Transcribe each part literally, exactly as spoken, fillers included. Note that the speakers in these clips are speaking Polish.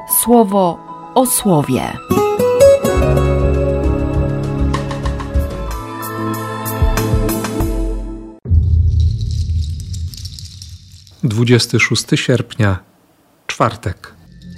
Słowo o słowie. dwudziestego szóstego sierpnia, czwartek.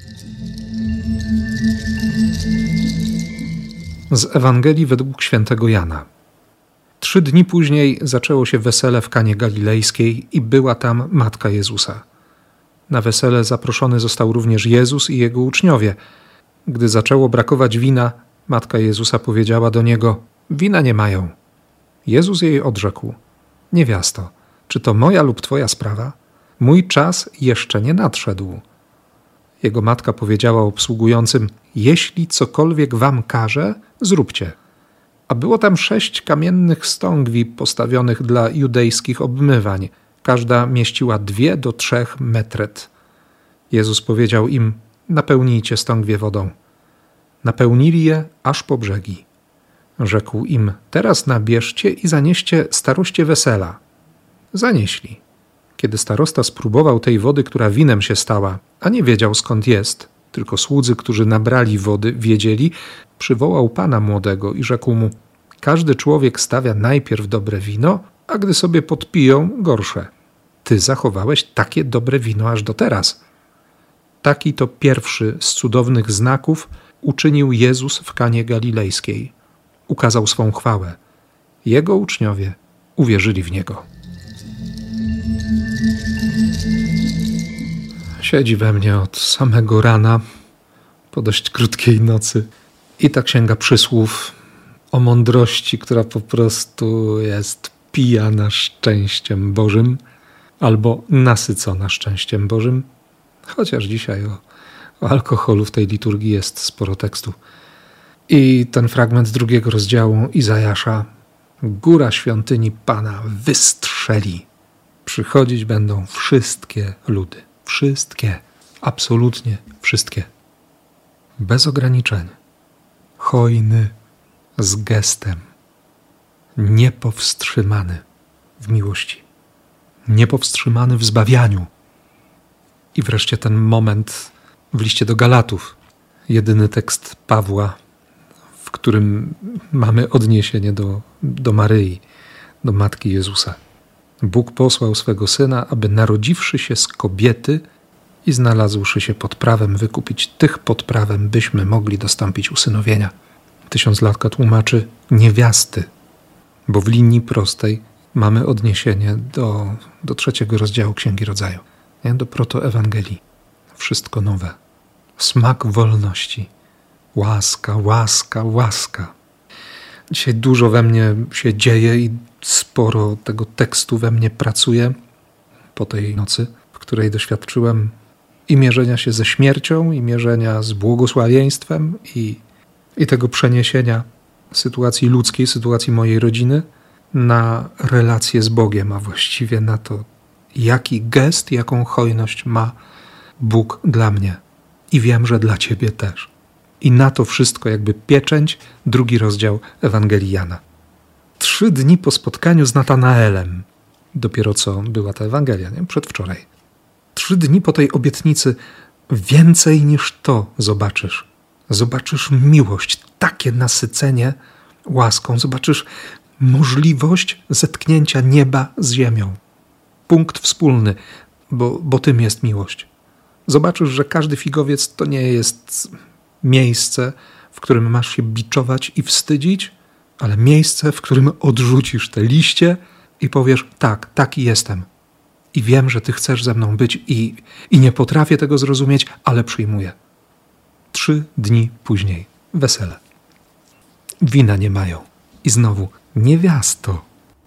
Z Ewangelii według świętego Jana. Trzy dni później zaczęło się wesele w Kanie Galilejskiej i była tam matka Jezusa. Na wesele zaproszony został również Jezus i jego uczniowie. Gdy zaczęło brakować wina, matka Jezusa powiedziała do niego: wina nie mają. Jezus jej odrzekł: niewiasto, czy to moja lub twoja sprawa? Mój czas jeszcze nie nadszedł. Jego matka powiedziała obsługującym: jeśli cokolwiek wam każe, zróbcie. A było tam sześć kamiennych stągwi postawionych dla judejskich obmywań. Każda mieściła dwie do trzech metret. Jezus powiedział im: napełnijcie stągwie wodą. Napełnili je aż po brzegi. Rzekł im: teraz nabierzcie i zanieście staroście wesela. Zanieśli. Kiedy starosta spróbował tej wody, która winem się stała, a nie wiedział skąd jest, tylko słudzy, którzy nabrali wody, wiedzieli, przywołał pana młodego i rzekł mu: każdy człowiek stawia najpierw dobre wino, a gdy sobie podpiją, gorsze. Ty zachowałeś takie dobre wino aż do teraz. Taki to pierwszy z cudownych znaków uczynił Jezus w Kanie Galilejskiej. Ukazał swą chwałę. Jego uczniowie uwierzyli w Niego. Siedzi we mnie od samego rana, po dość krótkiej nocy. I ta księga przysłów o mądrości, która po prostu jest pijana szczęściem Bożym albo nasycona szczęściem Bożym. Chociaż dzisiaj o, o alkoholu w tej liturgii jest sporo tekstu. I ten fragment drugiego rozdziału Izajasza: góra świątyni Pana wystrzeli. Przychodzić będą wszystkie ludy. Wszystkie. Absolutnie wszystkie. Bez ograniczeń. Hojny, z gestem. Niepowstrzymany w miłości. Niepowstrzymany w zbawianiu. I wreszcie ten moment w liście do Galatów. Jedyny tekst Pawła, w którym mamy odniesienie do, do Maryi, do Matki Jezusa. Bóg posłał swego Syna, aby narodziwszy się z kobiety i znalazłszy się pod prawem, wykupić tych pod prawem, byśmy mogli dostąpić usynowienia. Tysiąclatka tłumaczy niewiasty, bo w linii prostej mamy odniesienie do, do trzeciego rozdziału Księgi Rodzaju, nie? Do protoewangelii. Wszystko nowe. Smak wolności. Łaska, łaska, łaska. Dzisiaj dużo we mnie się dzieje i sporo tego tekstu we mnie pracuje po tej nocy, w której doświadczyłem i mierzenia się ze śmiercią, i mierzenia z błogosławieństwem, i, i tego przeniesienia sytuacji ludzkiej, sytuacji mojej rodziny na relację z Bogiem, a właściwie na to, jaki gest, jaką hojność ma Bóg dla mnie. I wiem, że dla ciebie też. I na to wszystko jakby pieczęć, drugi rozdział Ewangelii Jana. Trzy dni po spotkaniu z Natanaelem, dopiero co była ta Ewangelia, nie? Przedwczoraj. Trzy dni po tej obietnicy, więcej niż to zobaczysz. Zobaczysz miłość, takie nasycenie łaską. Zobaczysz możliwość zetknięcia nieba z ziemią. Punkt wspólny, bo, bo tym jest miłość. Zobaczysz, że każdy figowiec to nie jest miejsce, w którym masz się biczować i wstydzić, ale miejsce, w którym odrzucisz te liście i powiesz: tak, taki jestem. I wiem, że ty chcesz ze mną być i, i nie potrafię tego zrozumieć, ale przyjmuję. Trzy dni później wesele. Wina nie mają. I znowu niewiasto.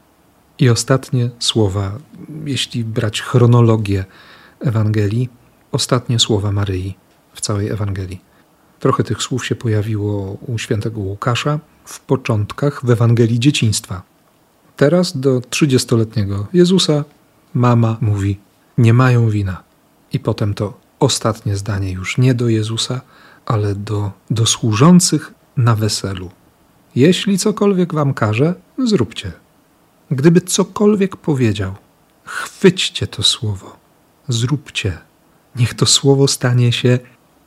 I ostatnie słowa, jeśli brać chronologię Ewangelii, ostatnie słowa Maryi w całej Ewangelii. Trochę tych słów się pojawiło u świętego Łukasza w początkach w Ewangelii dzieciństwa. Teraz do trzydziestoletniego Jezusa mama mówi: nie mają wina. I potem to ostatnie zdanie już nie do Jezusa, ale do, do służących na weselu. Jeśli cokolwiek wam każe, zróbcie. Gdyby cokolwiek powiedział, chwyćcie to słowo, zróbcie. Niech to słowo stanie się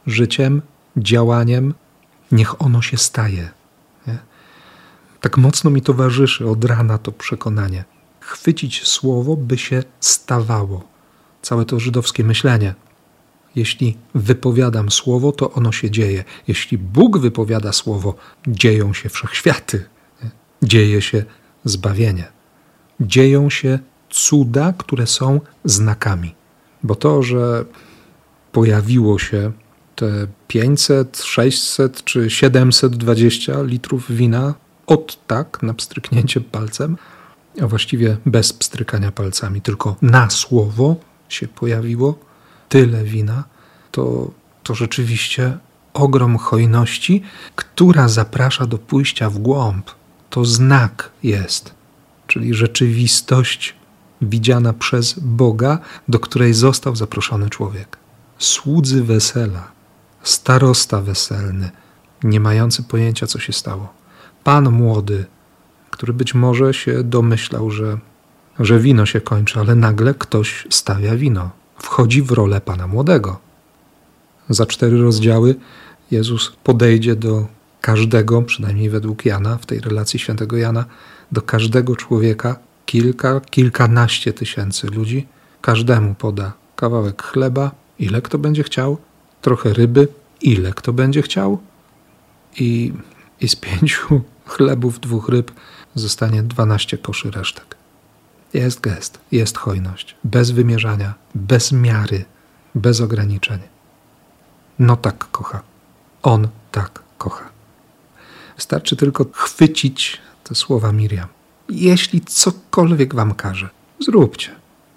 życiem, działaniem, niech ono się staje. Nie? Tak mocno mi towarzyszy od rana to przekonanie. Chwycić słowo, by się stawało. Całe to żydowskie myślenie. Jeśli wypowiadam słowo, to ono się dzieje. Jeśli Bóg wypowiada słowo, dzieją się wszechświaty. Nie? Dzieje się zbawienie. Dzieją się cuda, które są znakami. Bo to, że pojawiło się te pięćset, sześćset czy siedemset dwadzieścia litrów wina od tak, na pstryknięcie palcem, a właściwie bez pstrykania palcami, tylko na słowo się pojawiło tyle wina, to, to rzeczywiście ogrom hojności, która zaprasza do pójścia w głąb. To znak jest, czyli rzeczywistość widziana przez Boga, do której został zaproszony człowiek. Słudzy wesela, starosta weselny, nie mający pojęcia, co się stało. Pan młody, który być może się domyślał, że, że wino się kończy, ale nagle ktoś stawia wino. Wchodzi w rolę Pana młodego. Za cztery rozdziały Jezus podejdzie do każdego, przynajmniej według Jana, w tej relacji świętego Jana, do każdego człowieka, kilka, kilkanaście tysięcy ludzi, każdemu poda kawałek chleba, ile kto będzie chciał, trochę ryby, ile kto będzie chciał i, i z pięciu chlebów, dwóch ryb zostanie dwanaście koszy resztek. Jest gest, jest hojność, bez wymierzania, bez miary, bez ograniczeń. No tak kocha. On tak kocha. Wystarczy tylko chwycić te słowa Miriam. Jeśli cokolwiek wam każe, zróbcie.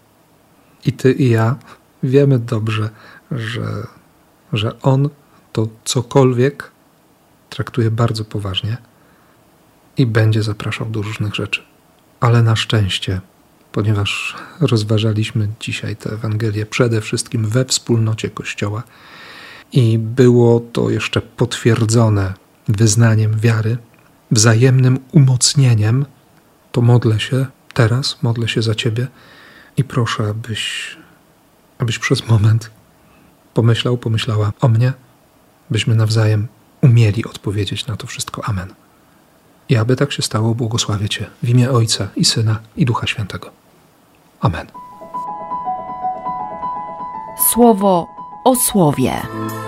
I ty i ja wiemy dobrze, że, że on to cokolwiek traktuje bardzo poważnie i będzie zapraszał do różnych rzeczy. Ale na szczęście, ponieważ rozważaliśmy dzisiaj tę Ewangelię przede wszystkim we wspólnocie Kościoła i było to jeszcze potwierdzone wyznaniem wiary, wzajemnym umocnieniem, to modlę się teraz, modlę się za ciebie i proszę, abyś, abyś przez moment pomyślał, pomyślała o mnie, byśmy nawzajem umieli odpowiedzieć na to wszystko. Amen. I aby tak się stało, błogosławię cię w imię Ojca i Syna i Ducha Świętego. Amen. Słowo o słowie.